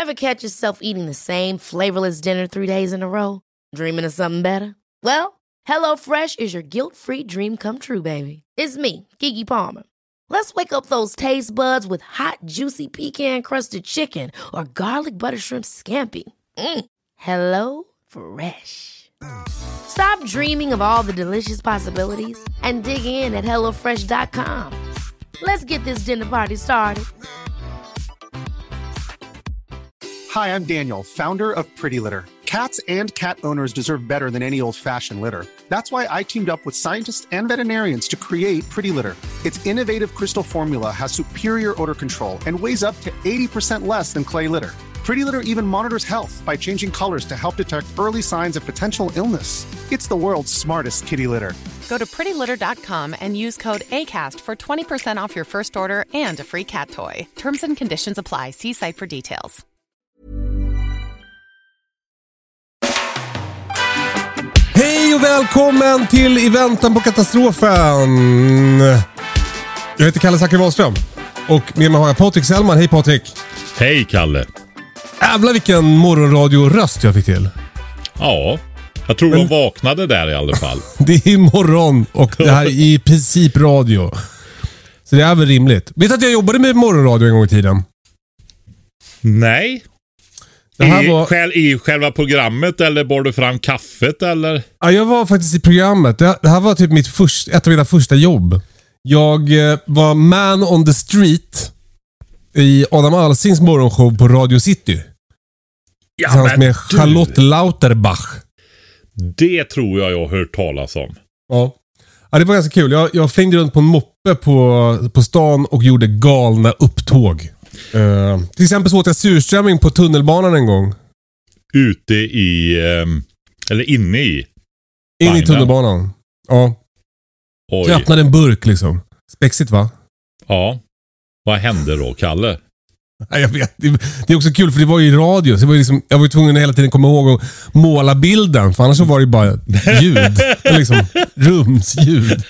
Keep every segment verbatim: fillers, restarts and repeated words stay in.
Ever catch yourself eating the same flavorless dinner three days in a row? Dreaming of something better? Well, HelloFresh is your guilt-free dream come true, baby. It's me, Keke Palmer. Let's wake up those taste buds with hot, juicy pecan-crusted chicken or garlic butter shrimp scampi. Mm. Hello Fresh. Stop dreaming of all the delicious possibilities and dig in at hello fresh dot com. Let's get this dinner party started. Hi, I'm Daniel, founder of Pretty Litter. Cats and cat owners deserve better than any old-fashioned litter. That's why I teamed up with scientists and veterinarians to create Pretty Litter. Its innovative crystal formula has superior odor control and weighs up to eighty percent less than clay litter. Pretty Litter even monitors health by changing colors to help detect early signs of potential illness. It's the world's smartest kitty litter. Go to pretty litter dot com and use code ACAST for twenty percent off your first order and a free cat toy. Terms and conditions apply. See site for details. Hej och välkommen till I väntan på katastrofen. Jag heter Kalle Zackari Wahlström och med mig har jag Patrik Sellman. Hej Patrik. Hej Kalle. Jävlar vilken morgonradio-röst jag fick till. Ja, jag tror Men... de vaknade där i alla fall. Det är morgon och det här är i princip radio. Så det är väl rimligt. Vet du att jag jobbade med morgonradio en gång i tiden? Nej. Det här I, var... själv, I själva programmet eller bar du fram kaffet eller? Ja, jag var faktiskt i programmet. Det, det här var typ mitt först, ett av mina första jobb. Jag eh, var man on the street i Adam Alsings morgonshow på Radio City. Ja, tillsammans med du... Charlotte Lauterbach. Det tror jag jag har hört talas om. Ja, ja det var ganska kul. Jag, jag flängde runt på en moppe på, på stan och gjorde galna upptåg. Uh, till exempel så åt jag surströmming på tunnelbanan en gång. Ute i um, eller inne i In i tunnelbanan. Ja. Oj. Så jag öppnade en burk liksom. Spexigt va? Ja. Vad hände då, Kalle? Ja, jag vet. Det, det är också kul för det var ju i radio. Så det var liksom, jag var ju tvungen att hela tiden komma ihåg att måla bilden. För annars så var det bara ljud. liksom rumsljud.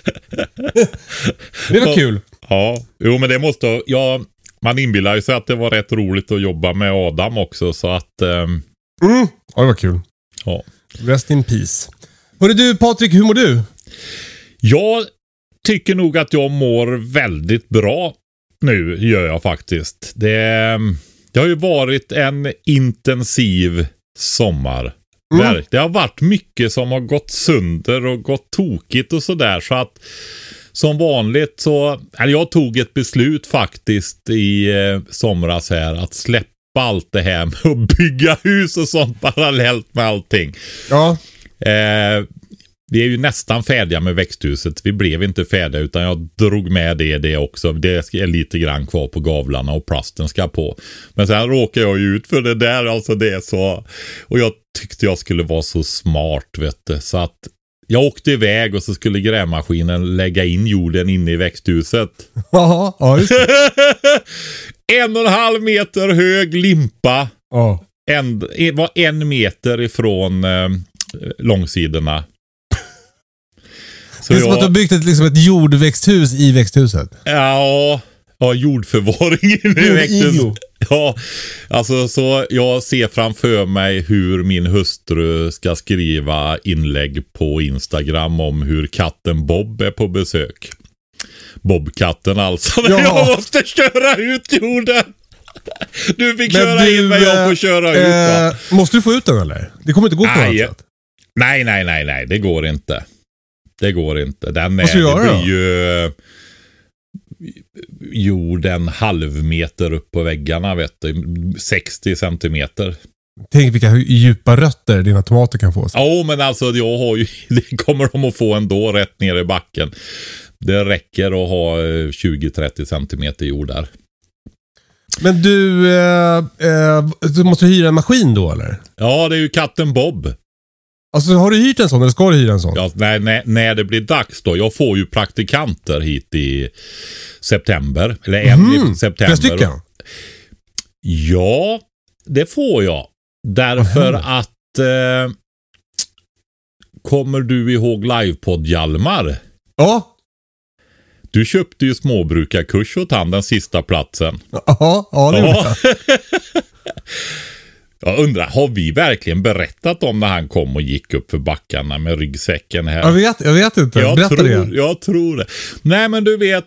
Det var kul. Ja, jo men det måste ja. Man inbillar ju sig att det var rätt roligt att jobba med Adam också, så att... Um... Mm. Ja, det var kul. Ja. Rest in peace. Hörru du, Patrik, hur mår du? Jag tycker nog att jag mår väldigt bra nu, gör jag faktiskt. Det, det har ju varit en intensiv sommar. Mm. Det har varit mycket som har gått sönder och gått tokigt och sådär, så att... Som vanligt så, eller jag tog ett beslut faktiskt i eh, somras här att släppa allt det här med att bygga hus och sånt parallellt med allting. Ja. Eh, vi är ju nästan färdiga med växthuset. Vi blev inte färdiga utan jag drog med det, det också. Det är lite grann kvar på gavlarna och plasten ska på. Men sen råkar jag ju ut för det där, alltså det är så. Och jag tyckte jag skulle vara så smart, vet du, så att jag åkte iväg och så skulle grävmaskinen lägga in jorden inne i växthuset. Jaha, ja just det. En och en halv meter hög limpa. Ja. En, var en meter ifrån eh, långsidorna. Så det är som jag, att du har byggt ett, liksom ett jordväxthus i växthuset. Ja, ja jordförvaring inne i växthuset. Ja, alltså så jag ser framför mig hur min hustru ska skriva inlägg på Instagram om hur katten Bob är på besök. Bobkatten alltså. Ja. Jag måste köra ut jorden. Du fick men köra du, in men jag får köra äh, ut. Va? Måste du få ut den eller? Det kommer inte gå på nej, något sätt. Nej, nej, nej, nej. Det går inte. Det går inte. Den är, vad ska du göra det då? Blir ju jorden halv meter upp på väggarna, vet du. sextio centimeter. Tänk vilka djupa rötter dina tomater kan få. Ja, oh, men alltså jag har ju, det kommer de att få ändå rätt ner i backen. Det räcker att ha tjugo till trettio centimeter jord där. Men du, eh, eh, du måste hyra en maskin då, eller? Ja, det är ju katten Bob. Alltså, har du hyrt en sån eller ska du hyra en sån? Ja, när, när, när det blir dags då. Jag får ju praktikanter hit i september. Eller en mm, i september. Flera stycken? Ja, det får jag. Därför Aha. att eh, kommer du ihåg livepodd Hjalmar? Ja. Du köpte ju småbrukarkurs åt han, den sista platsen. Ja, ja det gjorde jag. Jag undrar, har vi verkligen berättat om när han kom och gick upp för backarna med ryggsäcken här? Jag vet, jag vet inte. Jag Berätta tror, det. Jag tror det. Nej, men du vet,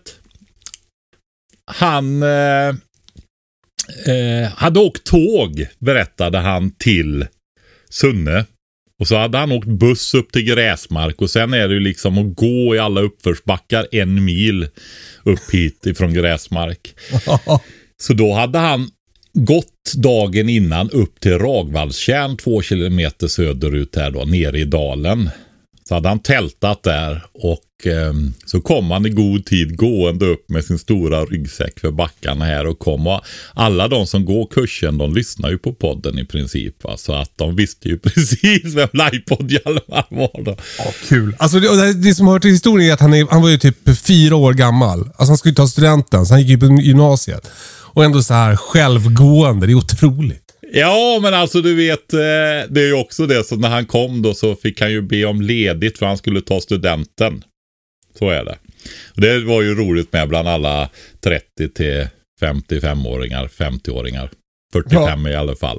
han eh, eh, hade åkt tåg, berättade han, till Sunne. Och så hade han åkt buss upp till Gräsmark. Och sen är det ju liksom att gå i alla uppförsbackar en mil upp hit ifrån Gräsmark. Så då hade han gått dagen innan upp till Ragvallstjärn, två kilometer söderut här då, nere i dalen. Så hade han tältat där och eh, så kom han i god tid gående upp med sin stora ryggsäck för backarna här och kom. Och alla de som går kursen, de lyssnar ju på podden i princip. Va? Så att de visste ju precis vem Livepodd Hjalmar var då. Ja, kul. Alltså det, det som hör till historien är att han, är, han var ju typ fyra år gammal. Alltså han skulle ta studenten, så han gick ju på gymnasiet. Och ändå så här självgående, det är otroligt. Ja, men alltså du vet, det är ju också det, så när han kom då så fick han ju be om ledigt för han skulle ta studenten. Så är det. Och det var ju roligt med bland alla trettio till femtiofem-åringar, femtio-åringar. fyrtiofem ja. I alla fall.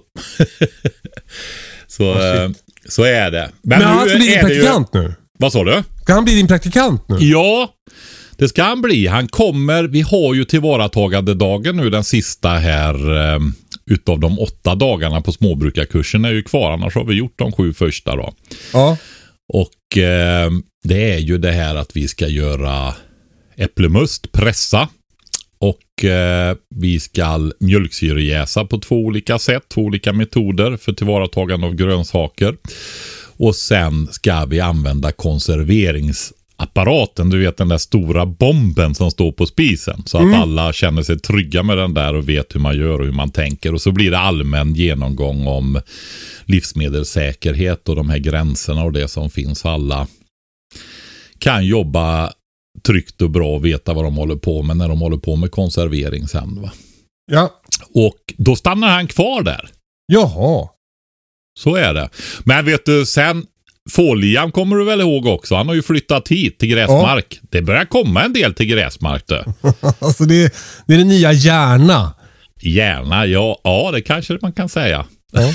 så, oh, så är det. Men, men han ska bli din praktikant ju... nu? Vad sa du? Ska han bli din praktikant nu? Ja, det ska han bli. Han kommer, vi har ju tillvaratagande dagen nu, den sista här eh, utav de åtta dagarna på småbrukarkursen är ju kvar. Annars har vi gjort de sju första då. Ja. Och eh, det är ju det här att vi ska göra äpplemust, pressa. Och eh, vi ska mjölksyrejäsa på två olika sätt, två olika metoder för tillvaratagande av grönsaker. Och sen ska vi använda konserveringsapparaten, du vet den där stora bomben som står på spisen. Så att mm. alla känner sig trygga med den där och vet hur man gör och hur man tänker. Och så blir det allmän genomgång om livsmedelssäkerhet och de här gränserna och det som finns. Alla kan jobba tryggt och bra och veta vad de håller på med när de håller på med konservering sen, va? Ja. Och då stannar han kvar där. Jaha. Så är det. Men vet du, sen Fåliam kommer du väl ihåg också. Han har ju flyttat hit till Gräsmark. Ja. Det börjar komma en del till Gräsmark då. Alltså det är, det är det nya Järna. Järna, ja, ja det kanske man kan säga. Ja.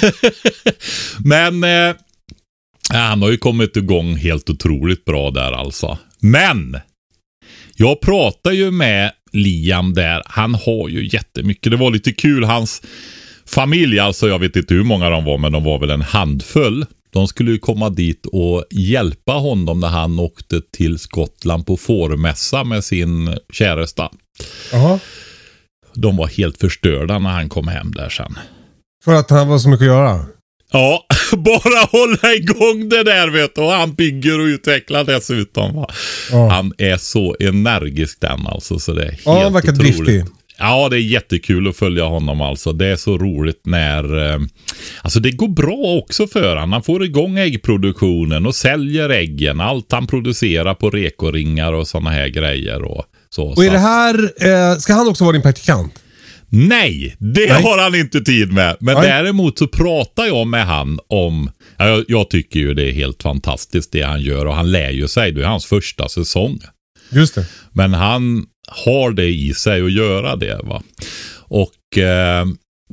Men eh, han har ju kommit igång helt otroligt bra där alltså. Men jag pratar ju med Liam där. Han har ju jättemycket. Det var lite kul. Hans familj, alltså jag vet inte hur många de var, men de var väl en handfull. De skulle ju komma dit och hjälpa honom när han åkte till Skottland på fårmässa med sin käresta. Aha. De var helt förstörda när han kom hem där sen. För att han var så mycket att göra? Ja, bara hålla igång det där vet du. Och han bygger och utvecklar dessutom. Va? Ja. Han är så energisk den alltså, så det är helt ja, han verkar otroligt. Driftig. Ja, det är jättekul att följa honom alltså. Det är så roligt när... Eh, alltså det går bra också för han. Han får igång äggproduktionen och säljer äggen. Allt han producerar på rekoringar och såna här grejer. Och, så, och är det här... Eh, ska han också vara din praktikant? Nej, det Nej. har han inte tid med. Men Nej. däremot så pratar jag med han om... Jag, jag tycker ju det är helt fantastiskt det han gör. Och han lär ju sig. Det är hans första säsong. Just det. Men han har det i sig att göra det, va. Och eh,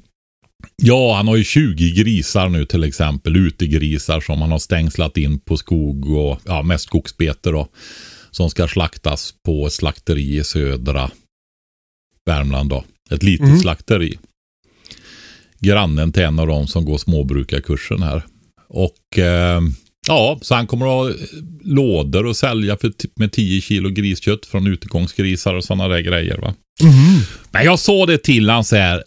ja, han har ju tjugo grisar nu till exempel. Utegrisar som han har stängslat in på skog och ja, mest skogsbete då. Som ska slaktas på slakteri i södra Värmland då. Ett litet mm. slakteri. Grannen till en av dem som går småbrukarkursen här. Och eh, ja, så han kommer att ha lådor och sälja för t- med tio kilo griskött från utegångsgrisar och sådana där grejer, va? Mm. Men jag sa det till han så här: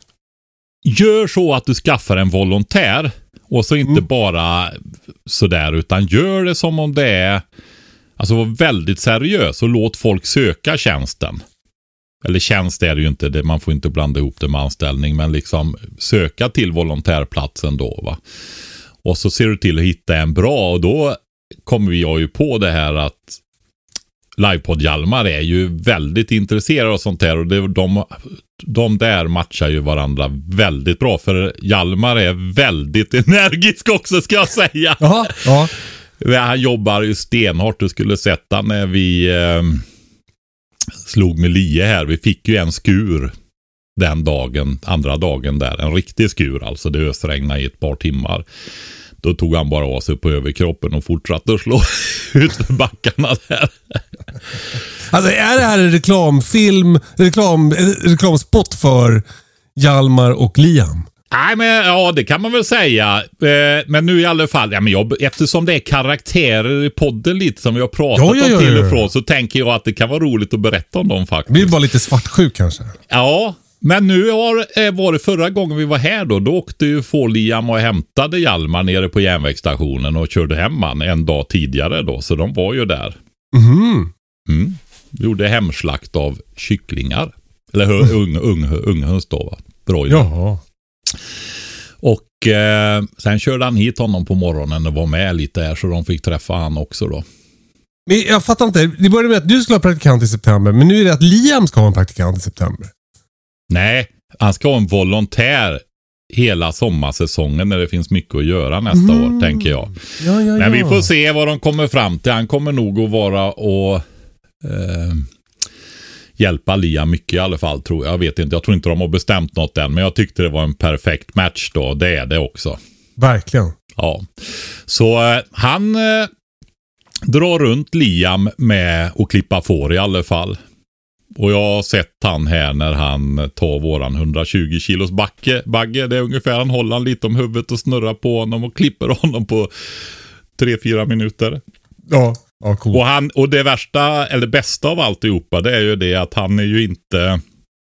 gör så att du skaffar en volontär och så inte mm. bara sådär, utan gör det som om det är, alltså var väldigt seriös och låt folk söka tjänsten. Eller tjänst är det ju inte, det, man får inte blanda ihop det med anställning, men liksom söka till volontärplatsen då, va? Och så ser du till att hitta en bra, och då kommer vi ju på det här att Livepodd Hjalmar är ju väldigt intresserad av sånt här, och det, de, de där matchar ju varandra väldigt bra, för Hjalmar är väldigt energisk också, ska jag säga. Jaha, ja. Han jobbar ju stenhårt. Du skulle sätta när vi eh, slog med lie här. Vi fick ju en skur den dagen, andra dagen där. En riktig skur alltså, det ösregnade i ett par timmar. Då tog han bara av sig på överkroppen och fortsatte att slå ut för backarna där. Alltså är det här en reklamfilm, reklam, reklamspot för Hjalmar och Liam? Nej, men ja, det kan man väl säga. Eh, men nu i alla fall, ja, men jag, eftersom det är karaktärer i podden lite som vi har pratat ja, ja, ja, om till och från, så tänker jag att det kan vara roligt att berätta om dem faktiskt. Vi är bara lite svartsjuk kanske. Ja, men nu har eh, var det förra gången vi var här då, då åkte ju få Liam och hämtade Hjalmar nere på järnvägsstationen och körde hem han en dag tidigare då, så de var ju där. Mm. Mm. Gjorde hemslakt av kycklingar. Eller hö, ung, ung, unghöns då, va? Bra. Jaha. Och eh, sen körde han hit honom på morgonen och var med lite här, så de fick träffa han också då. Men jag fattar inte, det började med att du skulle ha praktikant i september, men nu är det att Liam ska ha en praktikant i september. Nej, han ska ha en volontär hela sommarsäsongen när det finns mycket att göra nästa mm. år, tänker jag. Ja, ja, men ja. vi får se vad de kommer fram till. Han kommer nog att vara och eh, hjälpa Liam mycket i alla fall, tror jag. Jag vet inte, jag tror inte de har bestämt något än, men jag tyckte det var en perfekt match då. Det är det också. Verkligen. Ja. Så eh, han eh, drar runt Liam med att klippa får i alla fall. Och jag har sett han här när han tar våran hundratjugo kilos backe, bagge. Det är ungefär, han håller han lite om huvudet och snurrar på honom och klipper honom på tre fyra minuter. Ja, ja cool. Och, han, och det värsta, eller bästa av alltihopa, det är ju det att han är ju inte...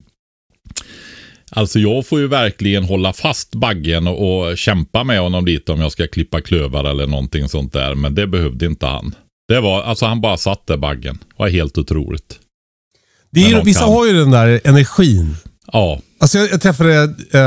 Alltså jag får ju verkligen hålla fast baggen och, och kämpa med honom lite om jag ska klippa klövar eller någonting sånt där. Men det behövde inte han. Det var, alltså han bara satt där baggen. Det var helt otroligt. Det är ju, vissa kan... har ju den där energin. Ja. Alltså jag, jag träffade... Eh,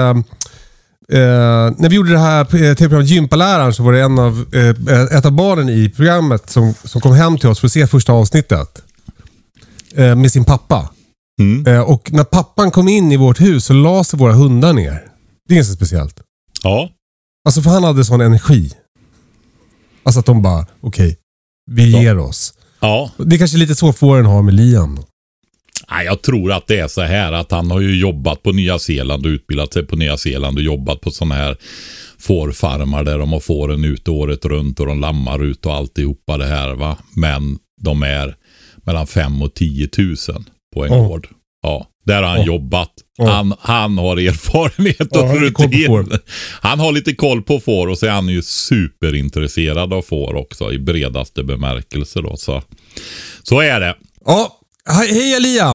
eh, när vi gjorde det här tv-programmet Gympaläraren, så var det en av, eh, ett av barnen i programmet som, som kom hem till oss för att se första avsnittet. Eh, med sin pappa. Mm. Eh, och när pappan kom in i vårt hus så la sig våra hundar ner. Det är ganska speciellt. Ja. Alltså för han hade sån energi. Alltså att de bara, okej, okay, vi ja. ger oss. Ja. Det är kanske lite så får den ha med Liam då. Nej, jag tror att det är så här att han har ju jobbat på Nya Zeeland och utbildat sig på Nya Zeeland och jobbat på sådana här fårfarmar där de har fåren ute året runt och de lammar ut och alltihopa det här, va. Men de är mellan fem och tio tusen på en oh. gård. Ja, där har han oh. jobbat. Oh. Han, han har erfarenhet och oh, rutin. Han har lite koll på får och så är han ju superintresserad av får också i bredaste bemärkelse då. Så, så är det. Ja, hej, hej Elia!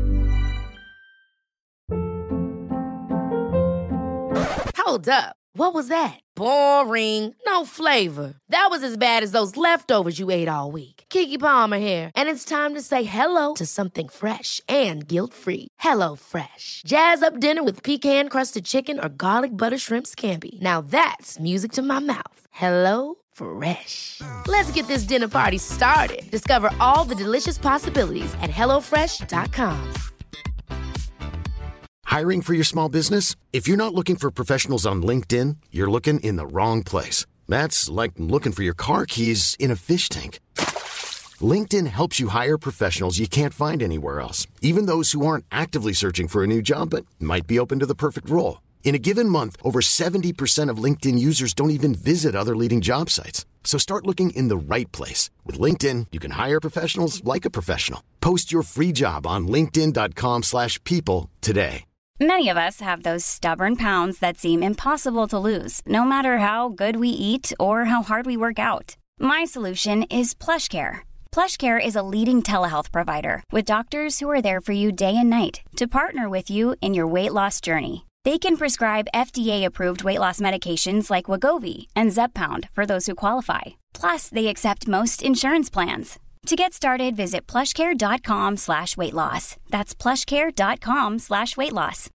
Hold up. What was that? Boring. No flavor. That was as bad as those leftovers you ate all week. Keke Palmer here. And it's time to say hello to something fresh and guilt-free. Hello Fresh. Jazz up dinner with pecan-crusted chicken or garlic butter shrimp scampi. Now that's music to my mouth. Hello Fresh. Let's get this dinner party started. Discover all the delicious possibilities at hello fresh dot com. Hiring for your small business? If you're not looking for professionals on LinkedIn, you're looking in the wrong place. That's like looking for your car keys in a fish tank. LinkedIn helps you hire professionals you can't find anywhere else, even those who aren't actively searching for a new job but might be open to the perfect role. In a given month, over seventy percent of LinkedIn users don't even visit other leading job sites. So start looking in the right place. With LinkedIn, you can hire professionals like a professional. Post your free job on linkedin dot com slash people today. Many of us have those stubborn pounds that seem impossible to lose, no matter how good we eat or how hard we work out. My solution is PlushCare. PlushCare is a leading telehealth provider with doctors who are there for you day and night to partner with you in your weight loss journey. They can prescribe F D A-approved weight loss medications like Wegovy and Zepbound for those who qualify. Plus, they accept most insurance plans. To get started, visit plushcare.com slash weight loss. That's plushcare.com slash weight loss.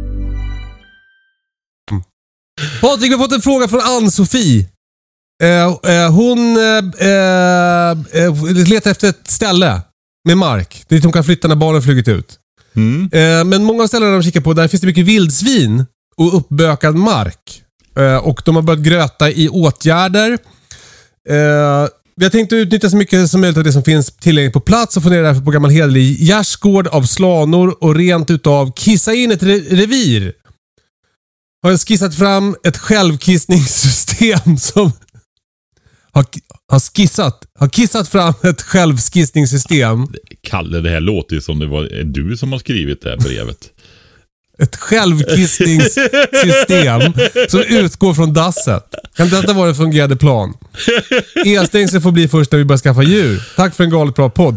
Patrik, vi har fått en fråga från Ann-Sofie. Eh, eh, hon eh, eh, letar efter ett ställe med mark dit hon kan flytta när barnen flugit ut. Mm. Eh, men många ställen de kikar på, där finns det mycket vildsvin och uppbökad mark. Eh, och de har börjat gröta i åtgärder. Eh, Vi har tänkt att utnyttja så mycket som möjligt av det som finns tillgängligt på plats och fundera därför på gammal hederlig gärdsgård av slanor och rent utav kissa in ett re- revir. Har jag skissat fram ett självkissningssystem som har, har skissat har kissat fram ett självskissningssystem. Kalle, det här låter ju som det var du som har skrivit det här brevet. Ett självkissningssystem som utgår från dasset. Kan detta vara en fungerande plan? E-stängsel får bli först när vi börjar skaffa djur. Tack för en galet bra podd.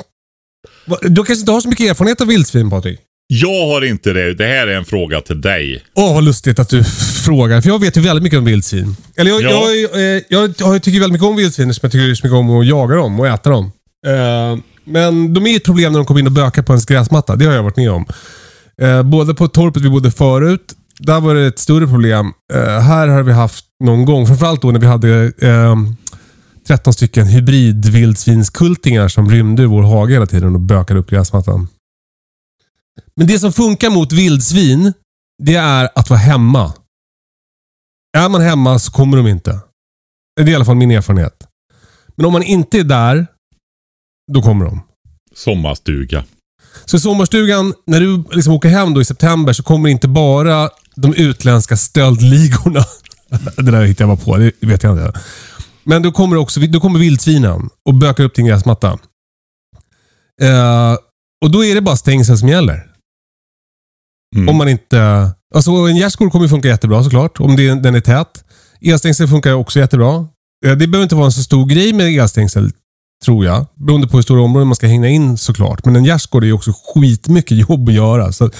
Du kanske inte har så mycket erfarenhet av vildsvin, Patrik? Jag har inte det. Det här är en fråga till dig. Åh, vad lustigt att du frågar. För jag vet ju väldigt mycket om vildsvin. Eller jag, ja. jag, jag, jag, jag tycker väldigt mycket om vildsvin, som jag tycker så mycket om att jaga dem och äta dem. Uh, men de är ett problem när de kommer in och bökar på ens gräsmatta. Det har jag varit med om. Uh, både på torpet vi bodde förut, där var det ett större problem. Uh, här har vi haft någon gång, framförallt då när vi hade uh, tretton stycken hybrid-vildsvinskultingar som rymde ur vår hage hela tiden och bökade upp gräsmattan. Men det som funkar mot vildsvin, det är att vara hemma. Är man hemma så kommer de inte. Det är i alla fall min erfarenhet. Men om man inte är där, då kommer de. Sommarstuga. Så i sommarstugan, när du liksom åker hem då i september, så kommer inte bara de utländska stöldligorna. Det där hittar jag bara på, det vet jag inte. Men då kommer också då kommer vildsvinen och bökar upp din gräsmatta. Uh, och då är det bara stängsel som gäller. Mm. Om man inte... Alltså en gärdsgård kommer funka jättebra såklart. Om det, den är tät. Elstängsel funkar också jättebra. Det behöver inte vara en så stor grej med elstängsel, tror jag. Beroende på hur stora områden man ska hänga in såklart. Men en gärdsgård är ju också skitmycket jobb att göra. Så,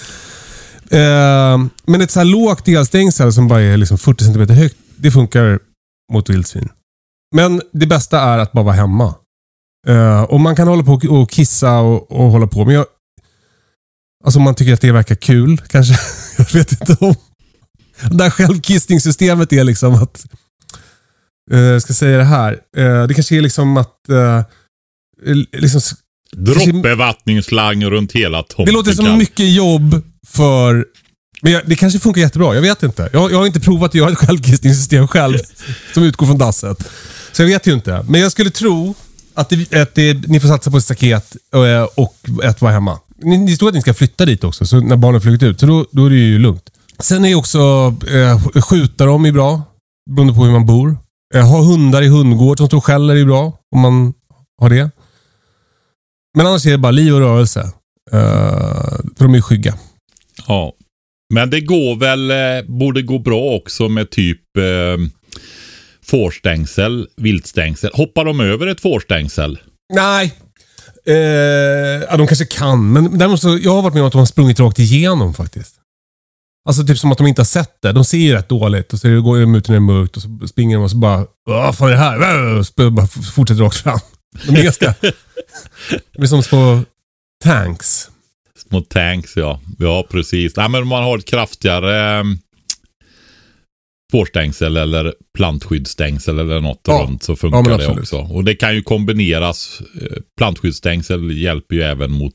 eh, men ett så här lågt elstängsel som bara är liksom fyrtio centimeter högt, det funkar mot vildsvin. Men det bästa är att bara vara hemma. Eh, och man kan hålla på och kissa och, och hålla på. Men jag Alltså om man tycker att det verkar kul, kanske. Jag vet inte om. Det här självkissningssystemet är liksom att... Uh, jag ska säga det här. Uh, det kanske är liksom att... Uh, liksom, Droppbevattningsslang runt hela tomten. Det låter som mycket jobb för... Men jag, det kanske funkar jättebra, jag vet inte. Jag, jag har inte provat att göra ett självkissningssystem själv som utgår från dasset. Så jag vet ju inte. Men jag skulle tro att, det, att det, ni får satsa på ett staket och, och att vara hemma. Ni står att ni ska flytta dit också, så när barnen flyttat ut, så då, då är det ju lugnt. Sen är också eh, skjuta dem är bra, beroende på hur man bor. Eh, ha hundar i hundgård som står och skäller är bra, om man har det. Men annars är det bara liv och rörelse. Eh, för de är skygga. Ja, men det går väl, eh, borde gå bra också med typ eh, fårstängsel, viltstängsel. Hoppar de över ett fårstängsel? Nej. Eh, ja, de kanske kan, men däremot så, jag har varit med om att de har sprungit rakt igenom faktiskt. Alltså typ som att de inte har sett det. De ser ju rätt dåligt och så går de ut när det är mörkt och så springer de och så bara, vad fan är det här? Och så bara fortsätter rakt fram. De är ganska... Det är som små tanks. Små tanks, ja. Ja, precis. Nej, men om man har ett kraftigare... fårstängsel eller plantskyddsstängsel eller något ja. runt så funkar ja, det också. Och det kan ju kombineras. Plantskyddsstängsel hjälper ju även mot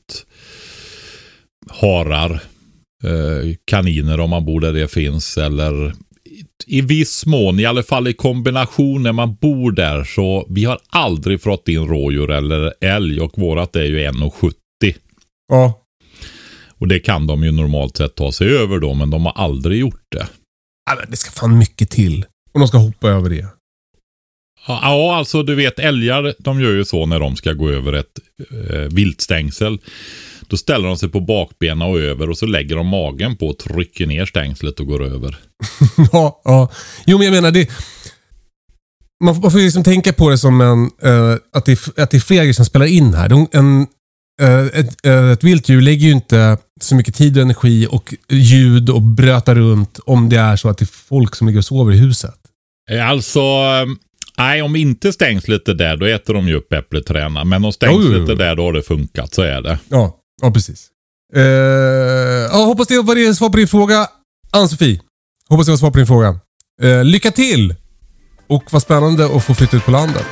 harar, kaniner om man bor där det finns, eller i viss mån, i alla fall i kombination när man bor där. Så vi har aldrig fått in rådjur eller älg och vårat är ju en komma sjuttio. Ja. Och det kan de ju normalt sett ta sig över då, men de har aldrig gjort det. Det ska fan mycket till. Och de ska hoppa över det. Ja, alltså du vet, älgar, de gör ju så när de ska gå över ett eh, viltstängsel. Då ställer de sig på bakbena och över och så lägger de magen på och trycker ner stängslet och går över. ja, ja. Jo, men jag menar det... Man, man får ju liksom tänka på det som en... Uh, att, det, att det är fler som spelar in här. De, en, uh, ett, uh, ett viltdjur lägger ju inte så mycket tid och energi och ljud och bröta runt om det är så att det är folk som ligger och sover i huset. Alltså... Nej, om inte stängslet är där, då äter de ju upp äppleträna. Men om stängslet är där, då har det funkat, så är det. Ja, ja precis. Uh, ja, hoppas det var det svar på din fråga. Ann-Sofie, hoppas det var svar på din fråga. Uh, lycka till! Och vad spännande att få flytta ut på landet.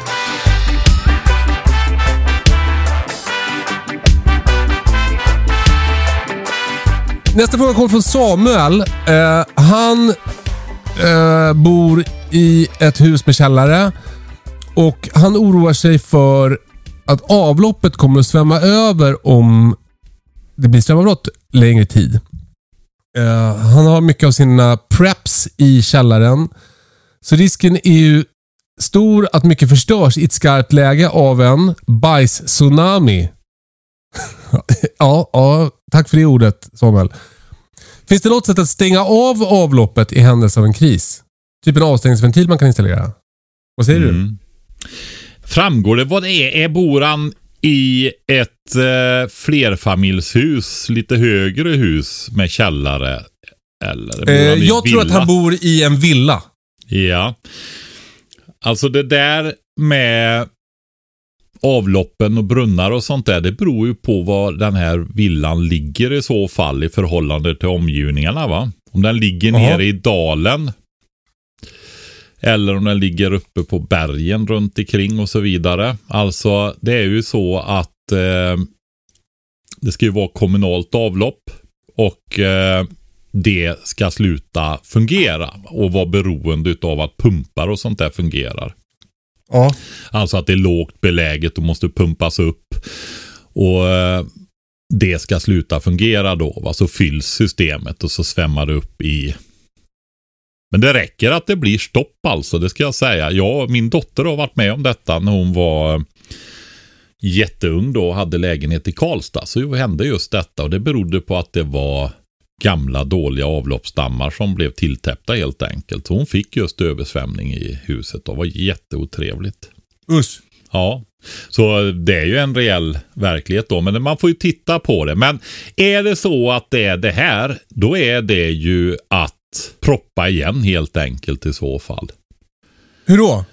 Nästa fråga kommer från Samuel. Uh, han uh, bor i ett hus med källare och han oroar sig för att avloppet kommer att svämma över om det blir strömavbrott längre tid. Uh, han har mycket av sina preps i källaren. Så risken är ju stor att mycket förstörs i ett skarpt läge av en bajs-tsunami. ja, ja, tack för det ordet, Samuel. Finns det något sätt att stänga av avloppet i händelse av en kris? Typ en avstängningsventil man kan installera. Vad säger mm. du? Framgår det vad det är? Är bor han i ett eh, flerfamiljshus, lite högre hus med källare? Eller eh, jag tror att han bor i en villa. Ja. Alltså det där med avloppen och brunnar och sånt där, det beror ju på var den här villan ligger i så fall i förhållande till omgivningarna, va? Om den ligger Aha. nere i dalen eller om den ligger uppe på bergen runt omkring och så vidare. Alltså det är ju så att eh, det ska ju vara kommunalt avlopp och eh, det ska sluta fungera och vara beroende av att pumpar och sånt där fungerar. Ja. Alltså att det är lågt beläget och måste pumpas upp och eh, det ska sluta fungera då, va? Så fylls systemet och så svämmar det upp i. Men det räcker att det blir stopp alltså, det ska jag säga. Ja, min dotter har varit med om detta när hon var jätteung då och hade lägenhet i Karlstad. Så hände just detta och det berodde på att det var gamla dåliga avloppsdammar som blev tilltäppta helt enkelt. Så hon fick just översvämning i huset och var jätteotrevligt. Usch. Ja, så det är ju en reell verklighet då, men man får ju titta på det. Men är det så att det är det här, då är det ju att proppa igen helt enkelt i så fall. Hur då?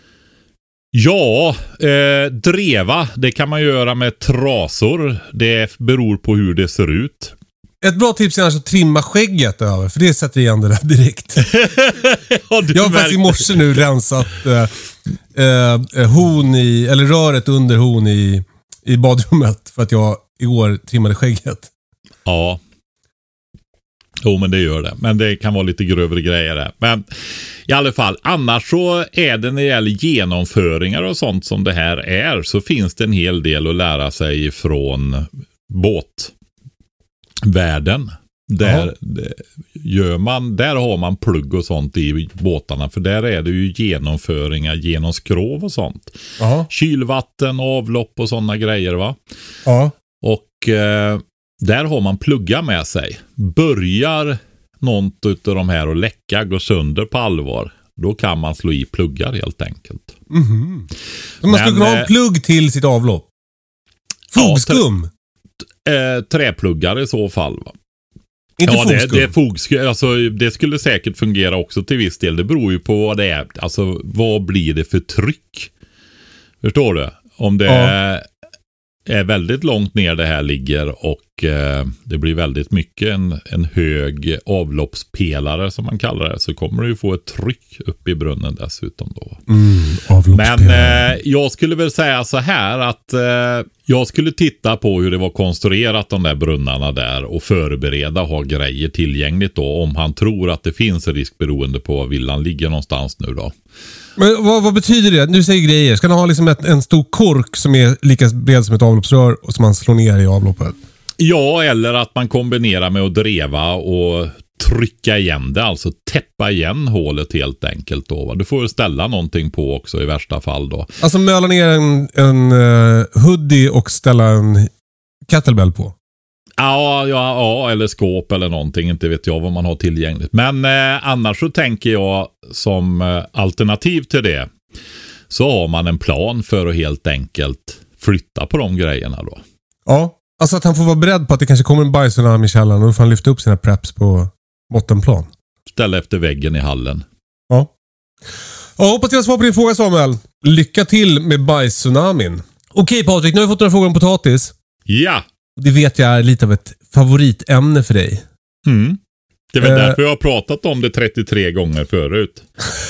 Ja, eh, dreva, det kan man göra med trasor. Det beror på hur det ser ut. Ett bra tips är att trimma skägget över, för det sätter igen det där direkt. ja, jag har faktiskt i morse nu rensat eh, eh, hon i, eller röret under hon i, i badrummet för att jag igår trimmade skägget. Ja. Jo, men det gör det. Men det kan vara lite grövre grejer där. Men i alla fall, annars så är det när det gäller genomföringar och sånt som det här är, så finns det en hel del att lära sig från båtvärlden. Där det gör man, där har man plugg och sånt i båtarna, för där är det ju genomföringar genom skrov och sånt. Aha. Kylvatten, avlopp och sådana grejer, va? Ja. Och eh, där har man plugga med sig. Börjar något utav de här att läcka, går sönder på allvar, då kan man slå i pluggar helt enkelt. Mm-hmm. Så man skulle kunna ha en plugg till sitt avlopp? Fogskum? Ja, trä, äh, träpluggar i så fall, va? Inte ja, fogskum? Det, det, fogskum, alltså, det skulle säkert fungera också till viss del. Det beror ju på vad det är. Alltså, vad blir det för tryck? Förstår du? Om det ja. är, är väldigt långt ner det här ligger och eh, det blir väldigt mycket en, en hög avloppspelare som man kallar det, så kommer du ju få ett tryck upp i brunnen dessutom då. Mm, Men eh, jag skulle väl säga så här att eh, jag skulle titta på hur det var konstruerat, de där brunnarna där, och förbereda och ha grejer tillgängligt då, om han tror att det finns en risk beroende på var villan ligger någonstans nu då. Men vad, vad betyder det? Du säger grejer. Ska han ha liksom ett, en stor kork som är lika bred som ett avloppsrör och som man slår ner i avloppet? Ja, eller att man kombinerar med att dreva och trycka igen det, alltså täppa igen hålet helt enkelt då. Du får ställa någonting på också i värsta fall då. Alltså möla ner en, en uh, hoodie och ställa en kettlebell på? Ja, ja, ja, eller skåp eller någonting, inte vet jag vad man har tillgängligt. Men eh, annars så tänker jag som eh, alternativ till det, så har man en plan för att helt enkelt flytta på de grejerna då. Ja, alltså att han får vara beredd på att det kanske kommer en bajsunarm i källaren och då får han lyfta upp sina preps på bottenplan. Ställa efter väggen i hallen. Ja. Ja, hoppas jag svar på din fråga, Samuel. Lycka till med bajsunamin. Okej Patrik, nu har vi fått några frågor om potatis. Ja. Det vet jag är lite av ett favoritämne för dig. Mm. Det är väl eh. därför jag har pratat om det trettiotre gånger förut.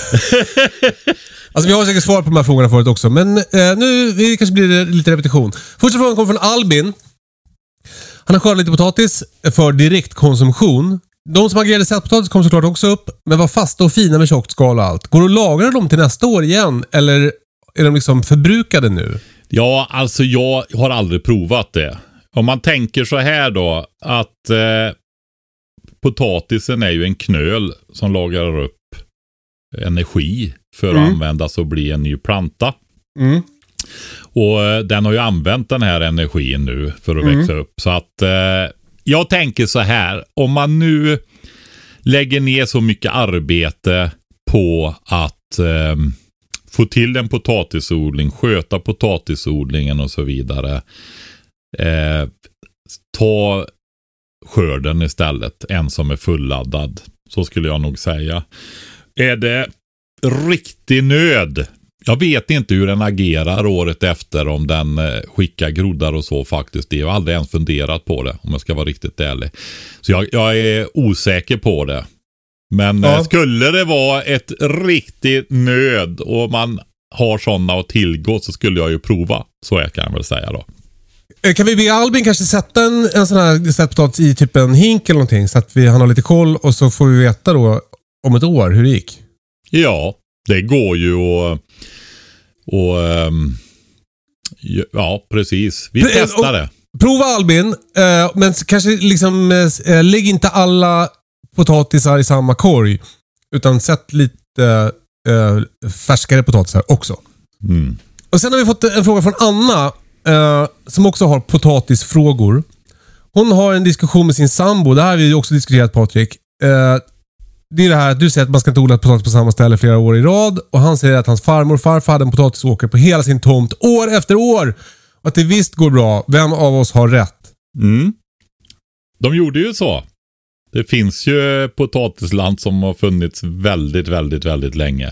Alltså vi har säkert svar på de här frågorna förut också. Men eh, nu det kanske blir det lite repetition. Första frågan kommer från Albin. Han har skördat lite potatis för direktkonsumtion. De som har grillade sätpotatis kommer såklart också upp. Men var fasta och fina med tjockt skal och allt. Går det att lagra dem till nästa år igen? Eller är de liksom förbrukade nu? Ja, alltså jag har aldrig provat det. Om man tänker så här då, att eh, potatisen är ju en knöl som lagrar upp energi för att mm. användas och bli en ny planta. Mm. Och eh, den har ju använt den här energin nu för att mm. växa upp. Så att eh, jag tänker så här, om man nu lägger ner så mycket arbete på att eh, få till en potatisodling, sköta potatisodlingen och så vidare. Eh, ta skörden istället, en som är fulladdad. Så skulle jag nog säga. Är det riktig nöd? Jag vet inte hur den agerar året efter, om den eh, skickar groddar och så faktiskt. Det har jag aldrig ens funderat på det, om jag ska vara riktigt ärlig. Så jag, jag är osäker på det. Men ja. Skulle det vara ett riktigt nöd och man har sådana att tillgå, så skulle jag ju prova. Så jag kan väl säga då. Kan vi be Albin kanske sätta en, en sån här potatis i typ en hink eller någonting, så att vi han har lite koll, och så får vi veta då om ett år hur det gick? Ja, det går ju och, och um, ja, precis. Vi testar det. Prova Albin, eh, men kanske liksom eh, lägg inte alla potatisar i samma korg, utan sätt lite eh, färskare potatisar också. Mm. Och sen har vi fått en fråga från Anna eh, som också har potatisfrågor. Hon har en diskussion med sin sambo. Det här har vi också diskuterat, Patrik. Eh, det är det här att du säger att man ska inte odla potatis på samma ställe flera år i rad, och han säger att hans farmor och farfar hade en potatisåker på hela sin tomt år efter år, och att det visst går bra. Vem av oss har rätt? Mm. De gjorde ju så. Det finns ju potatisland som har funnits väldigt, väldigt, väldigt länge.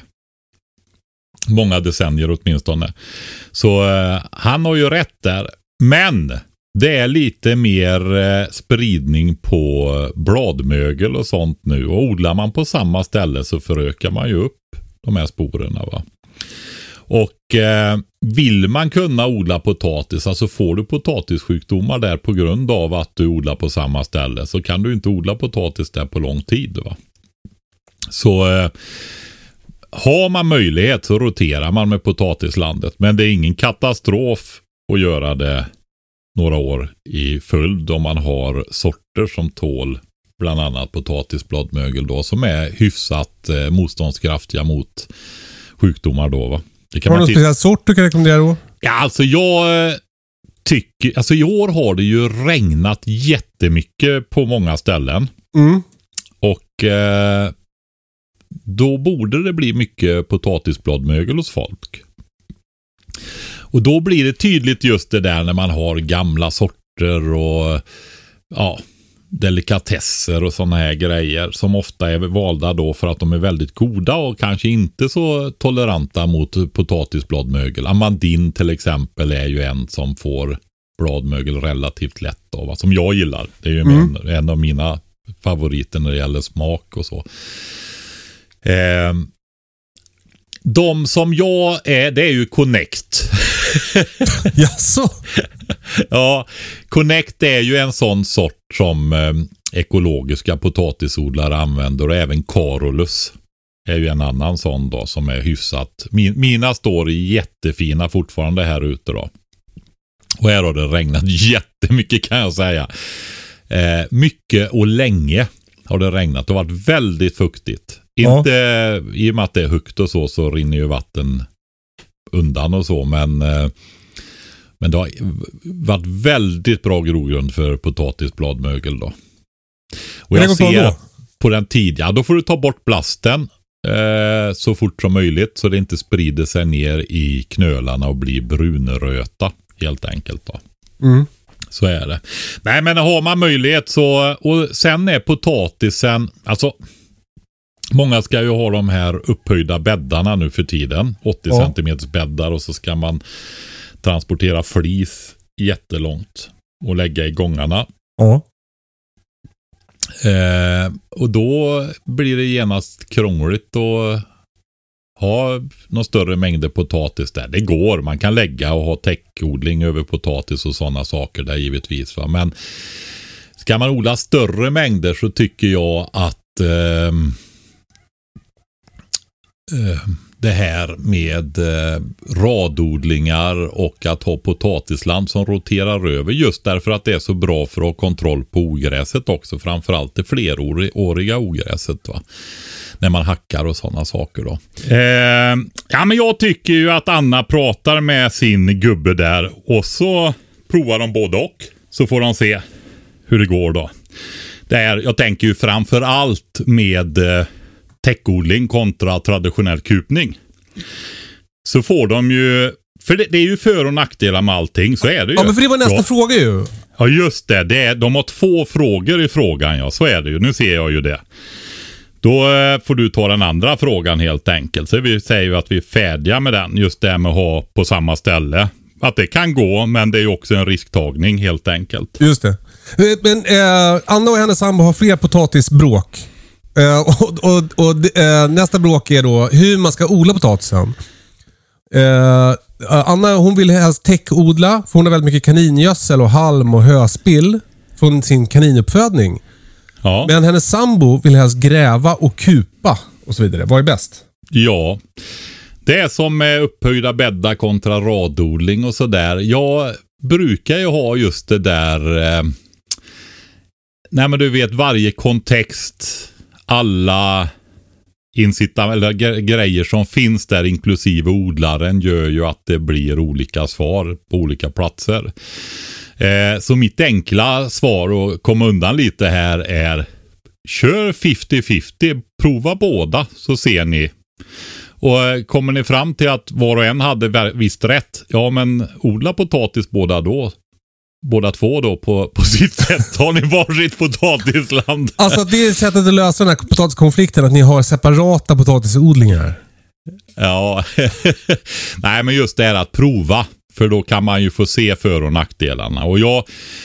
Många decennier åtminstone. Så eh, han har ju rätt där. Men det är lite mer eh, spridning på bladmögel och sånt nu. Och odlar man på samma ställe så förökar man ju upp de här sporerna, va. Och eh, vill man kunna odla potatis, alltså får du potatissjukdomar där på grund av att du odlar på samma ställe, så kan du inte odla potatis där på lång tid, va. Så eh, har man möjlighet så roterar man med potatislandet, men det är ingen katastrof att göra det några år i följd om man har sorter som tål bland annat potatisbladmögel då, som är hyfsat eh, motståndskraftiga mot sjukdomar då, va. Det kan har du någon t- speciell sort du kan rekommendera då? Ja, alltså jag tycker, alltså i år har det ju regnat jättemycket på många ställen. Mm. Och eh, då borde det bli mycket potatisbladmögel hos folk. Och då blir det tydligt just det där när man har gamla sorter och ja, delikatesser och såna här grejer som ofta är valda då för att de är väldigt goda och kanske inte så toleranta mot potatisbladmögel. Amandin till exempel är ju en som får bladmögel relativt lätt då, va? Som jag gillar. Det är ju mm. en, en av mina favoriter när det gäller smak och så. Eh, de som jag är, det är ju Connect. Jaså? Ja, Connect är ju en sån sort som eh, ekologiska potatisodlare använder, och även Carolus är ju en annan sån då som är hyfsat. Min, mina står jättefina fortfarande här ute då. Och här har det regnat jättemycket kan jag säga. Eh, mycket och länge har det regnat. Det har varit väldigt fuktigt. Ja. Inte i och med att det är högt och så så rinner ju vatten undan och så, men eh, men det har varit väldigt bra grogrund för potatisbladmögel då. Och jag ser på den tidiga, då får du ta bort blasten eh, så fort som möjligt så det inte sprider sig ner i knölarna och blir brunröta helt enkelt då. Mm. Så är det. Nej, men har man möjlighet så, och sen är potatisen, alltså många ska ju ha de här upphöjda bäddarna nu för tiden, åttio ja. centimeters bäddar, och så ska man transportera flis jättelångt och lägga i gångarna. Ja. Eh, och då blir det genast krångligt att ha någon större mängder potatis där. Det går, man kan lägga och ha täckodling över potatis och sådana saker där givetvis, va? Men ska man odla större mängder så tycker jag att eh, eh, det här med eh, radodlingar och att ha potatisland som roterar över, just därför att det är så bra för att ha kontroll på ogräset också, framförallt det fleråriga ogräset, va? När man hackar och sådana saker då. Eh, ja, men jag tycker ju att Anna pratar med sin gubbe där och så provar de både och, så får de se hur det går då. Det är, jag tänker ju framför allt med eh, täckodling kontra traditionell kupning. Så får de ju, för det, det är ju för- och nackdelar med allting, så är det ju. Ja, men för det var nästa ja. fråga ju. Ja, just det. det är, de har två frågor i frågan, ja. Så är det ju. Nu ser jag ju det. Då eh, får du ta den andra frågan helt enkelt. Så vi säger ju att vi är färdiga med den. Just det med att ha på samma ställe. Att det kan gå, men det är ju också en risktagning helt enkelt. Just det. Men eh, Anna och hennes sambo har fler potatisbråk. Eh, och och, och eh, nästa bråk är då hur man ska odla potatisen. Eh, Anna, hon vill helst täckodla, för hon har väldigt mycket kaningödsel och halm och höspill från sin kaninuppfödning. Ja. Men hennes sambo vill helst gräva och kupa och så vidare. Vad är bäst? Ja. Det är som med upphöjda bäddar kontra radodling och sådär. Jag brukar ju ha just det där... Eh, nej men du vet, varje kontext, alla incitament eller grejer som finns där inklusive odlaren gör ju att det blir olika svar på olika platser. Eh, så mitt enkla svar att komma undan lite här är: kör femtio femtio, prova båda så ser ni. Och kommer ni fram till att var och en hade visst rätt, ja men odla potatis båda då. Båda två då på, på sitt sätt. Har ni varsitt potatisland? Alltså det är sättet att lösa den här potatiskonflikten, att ni har separata potatisodlingar. Ja, nej men just det är att prova. För då kan man ju få se för- och nackdelarna. Och jag,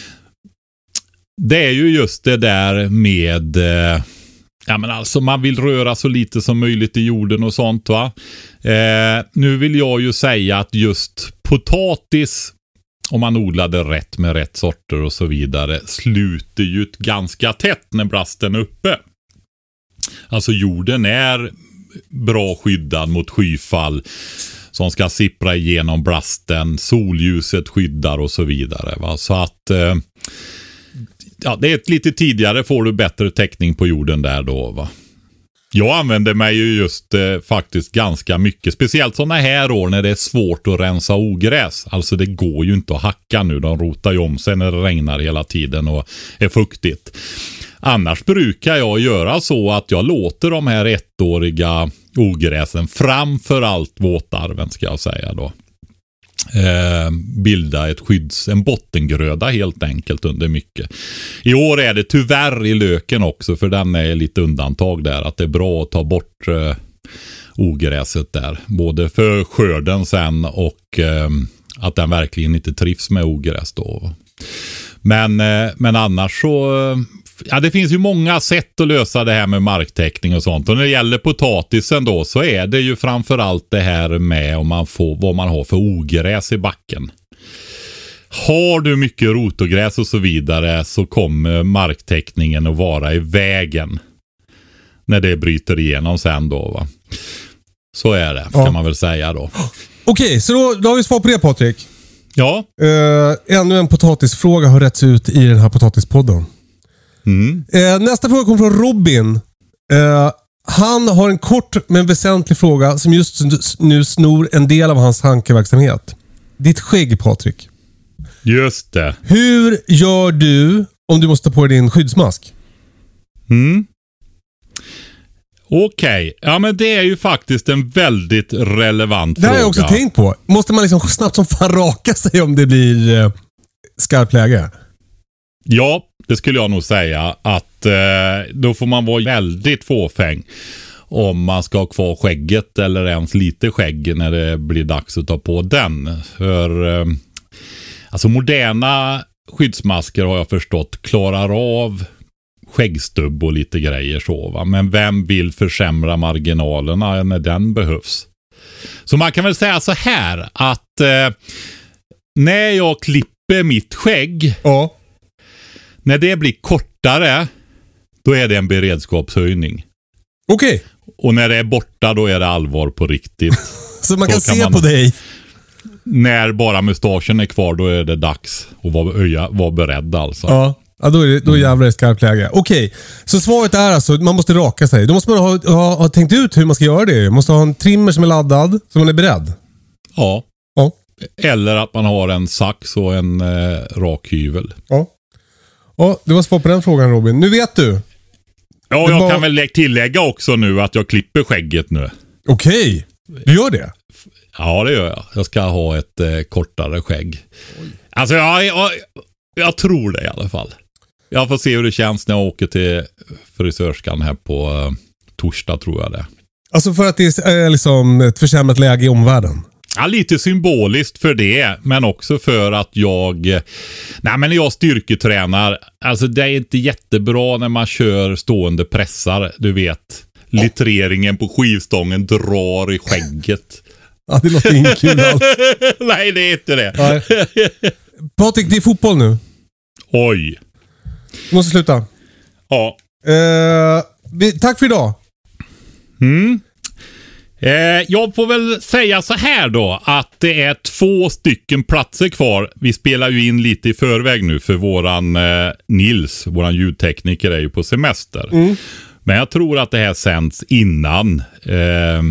det är ju just det där med... Eh, ja men alltså man vill röra så lite som möjligt i jorden och sånt, va. Eh, nu vill jag ju säga att just potatis, om man odlade rätt med rätt sorter och så vidare, sluter ju ganska tätt när blasten är uppe. Alltså jorden är bra skyddad mot skyfall som ska sippra igenom blasten, solljuset skyddar och så vidare, va. Så att eh, ja, det är ett lite tidigare får du bättre täckning på jorden där då, va. Jag använder mig ju just eh, faktiskt ganska mycket, speciellt sådana här år när det är svårt att rensa ogräs. Alltså det går ju inte att hacka nu, de rotar ju om sig när det regnar hela tiden och är fuktigt. Annars brukar jag göra så att jag låter de här ettåriga ogräsen, framför allt våtarven ska jag säga då, eh, bilda ett skydds, en bottengröda helt enkelt under mycket. I år är det tyvärr i löken också, för den är lite undantag där, att det är bra att ta bort eh, ogräset där, både för skörden sen och eh, att den verkligen inte trivs med ogräs då. Men, eh, men annars så eh, ja, det finns ju många sätt att lösa det här med marktäckning och sånt. Och när det gäller potatisen då, så är det ju framförallt det här med om man får, vad man har för ogräs i backen. Har du mycket rotogräs och så vidare, så kommer marktäckningen att vara i vägen när det bryter igenom sen då, va. Så är det, ja. Kan man väl säga då. Okej, så då, då har vi svar på det, Patrik. Ja. Uh, ännu en potatisfråga har rätts ut i den här potatispodden. Mm. Uh, nästa fråga kommer från Robin. Uh, han har en kort men väsentlig fråga som just nu snor en del av hans tankeverksamhet. Ditt skägg, Patrik. Just det. Hur gör du om du måste ta på dig din skyddsmask? Mm. Okej, okay. Ja men det är ju faktiskt en väldigt relevant det fråga. Det har jag också tänkt på. Måste man liksom snabbt som fan raka sig om det blir eh, skarpt läge? Ja, det skulle jag nog säga att eh, då får man vara väldigt fåfäng om man ska ha kvar skägget eller ens lite skägg när det blir dags att ta på den. För eh, alltså moderna skyddsmasker har jag förstått klarar av skäggstubb och lite grejer så, va? Men vem vill försämra marginalerna när den behövs? Så man kan väl säga så här att eh, när jag klipper mitt skägg, ja. När det blir kortare, då är det en beredskapshöjning. Okej. Okay. Och när det är borta då är det allvar på riktigt. Så man kan, kan se man, på dig. När bara mustaschen är kvar, då är det dags att vara, öja, vara beredd alltså. Ja, ja då är det då är jävlar i skarpt läge. Okej, så svaret är alltså man måste raka sig. Då måste man ha, ha, ha tänkt ut hur man ska göra det. Man måste ha en trimmer som är laddad, så man är beredd. Ja. Ja. Eller att man har en sax och en eh, rakhyvel. Ja. Ja, det var svar på den frågan, Robin. Nu vet du. Ja, det jag var... kan väl tillägga också nu att jag klipper skägget nu. Okej, du gör det? Ja, det gör jag. Jag ska ha ett eh, kortare skägg. Oj. Alltså, jag, jag, jag tror det i alla fall. Jag får se hur det känns när jag åker till frisörskan här på eh, torsdag, tror jag det. Alltså för att det är liksom ett försämrat läge i omvärlden? Ja, lite symboliskt för det, men också för att jag nej men när jag styrketränar, alltså det är inte jättebra när man kör stående pressar, du vet, litreringen på skivstången drar i skägget. Ja, det låter inte kul alls. Nej, det är inte det. Nej. Patrik, det är fotboll nu. Oj. Du måste sluta. Ja. Uh, vi, tack för idag. Mm. Eh, jag får väl säga så här då, att det är två stycken platser kvar. Vi spelar ju in lite i förväg nu för våran eh, Nils, våran ljudtekniker, är ju på semester. Mm. Men jag tror att det här sänds innan eh,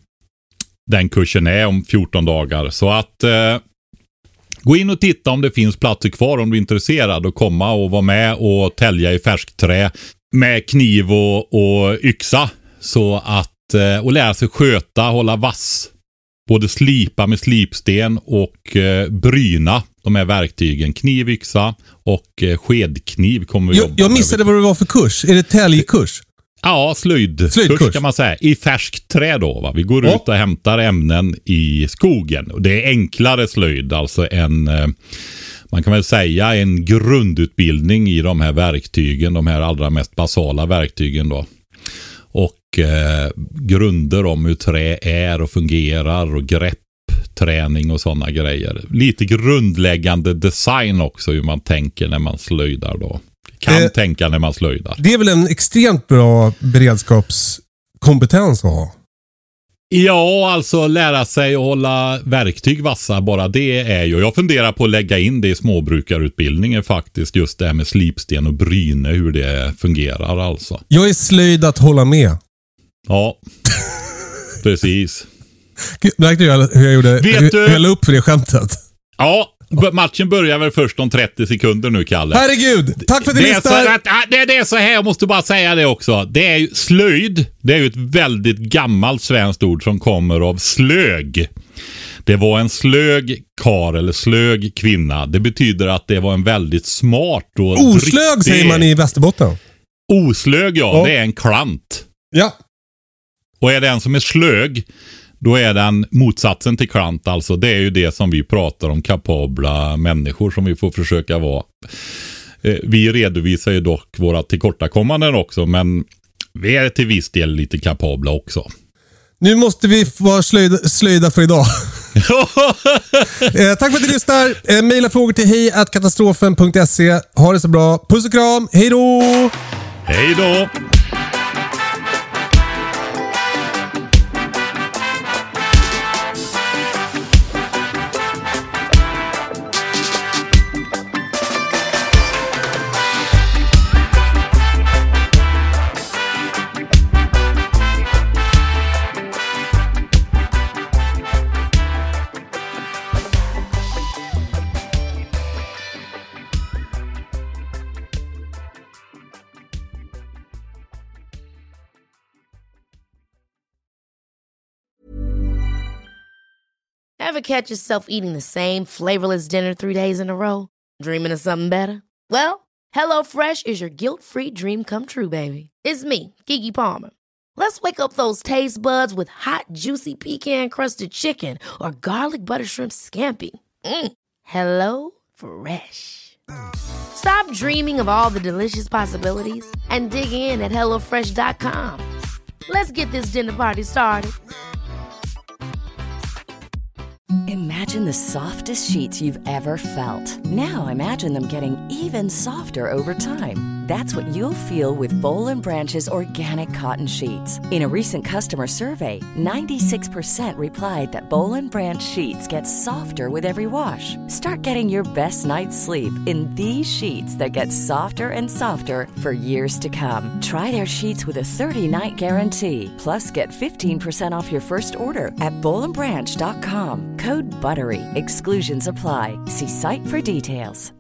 den kursen är om fjorton dagar. Så att eh, gå in och titta om det finns platser kvar om du är intresserad och komma och vara med och tälja i färskträ med kniv och, och yxa. Så att och lära sig sköta, hålla vass. Både slipa med slipsten och eh, bryna de här verktygen. Kniv, yxa och eh, skedkniv kommer vi jag, jobba jag missade med. Vad det var för kurs. Är det täljkurs? Ja, slöjd. Slöjdkurs kurs kan man säga. I färskt trä då. Va? Vi går ja. ut och hämtar ämnen i skogen. Och det är enklare slöjd. Alltså en, eh, man kan väl säga en grundutbildning i de här verktygen. De här allra mest basala verktygen då. Och eh, grunder om hur trä är och fungerar och grepp, träning och sådana grejer. Lite grundläggande design också, hur man tänker när man slöjdar då. Kan eh, tänka när man slöjdar. Det är väl en extremt bra beredskapskompetens att ha? Ja, alltså lära sig att hålla verktyg vassa, bara det är ju. Jag funderar på att lägga in det i småbrukarutbildningen faktiskt. Just det här med slipsten och bryne, hur det fungerar alltså. Jag är slöjd att hålla med. Ja, precis. Märkte du hur jag gjorde? Vet hur, du? hur jag la upp för det skämtet? Ja, matchen börjar väl först om trettio sekunder nu, Kalle. Herregud, tack för att du lyssnar. lyssnar. Det, det är så här, jag måste bara säga det också. Det är ju slöjd. Det är ju ett väldigt gammalt svenskt ord som kommer av slög. Det var en slög kar eller slög kvinna. Det betyder att det var en väldigt smart och oslög riktig... säger man i Västerbotten. Oslög, ja. ja. Det är en klant. Ja. Och är det en som är slög, då är den motsatsen till klant. Alltså det är ju det som vi pratar om, kapabla människor som vi får försöka vara. Vi redovisar ju dock våra tillkortakommanden också, men vi är till viss del lite kapabla också. Nu måste vi vara slöjda, slöjda för idag. eh, tack för att du lyssnar. Eh, maila frågor till hej at katastrofen punkt se. Ha det så bra. Puss och kram. Hej då! Hej då! Ever catch yourself eating the same flavorless dinner three days in a row? Dreaming of something better? Well, HelloFresh is your guilt-free dream come true, baby. It's me, Keke Palmer. Let's wake up those taste buds with hot, juicy pecan-crusted chicken or garlic butter shrimp scampi. Mm. Hello Fresh. Stop dreaming of all the delicious possibilities and dig in at hello fresh dot com. Let's get this dinner party started. Imagine the softest sheets you've ever felt. Now imagine them getting even softer over time. That's what you'll feel with Bowl and Branch's organic cotton sheets. In a recent customer survey, ninety-six percent replied that Bowl and Branch sheets get softer with every wash. Start getting your best night's sleep in these sheets that get softer and softer for years to come. Try their sheets with a thirty-night guarantee. Plus, get fifteen percent off your first order at bowl and branch dot com. Code BUTTERY. Exclusions apply. See site for details.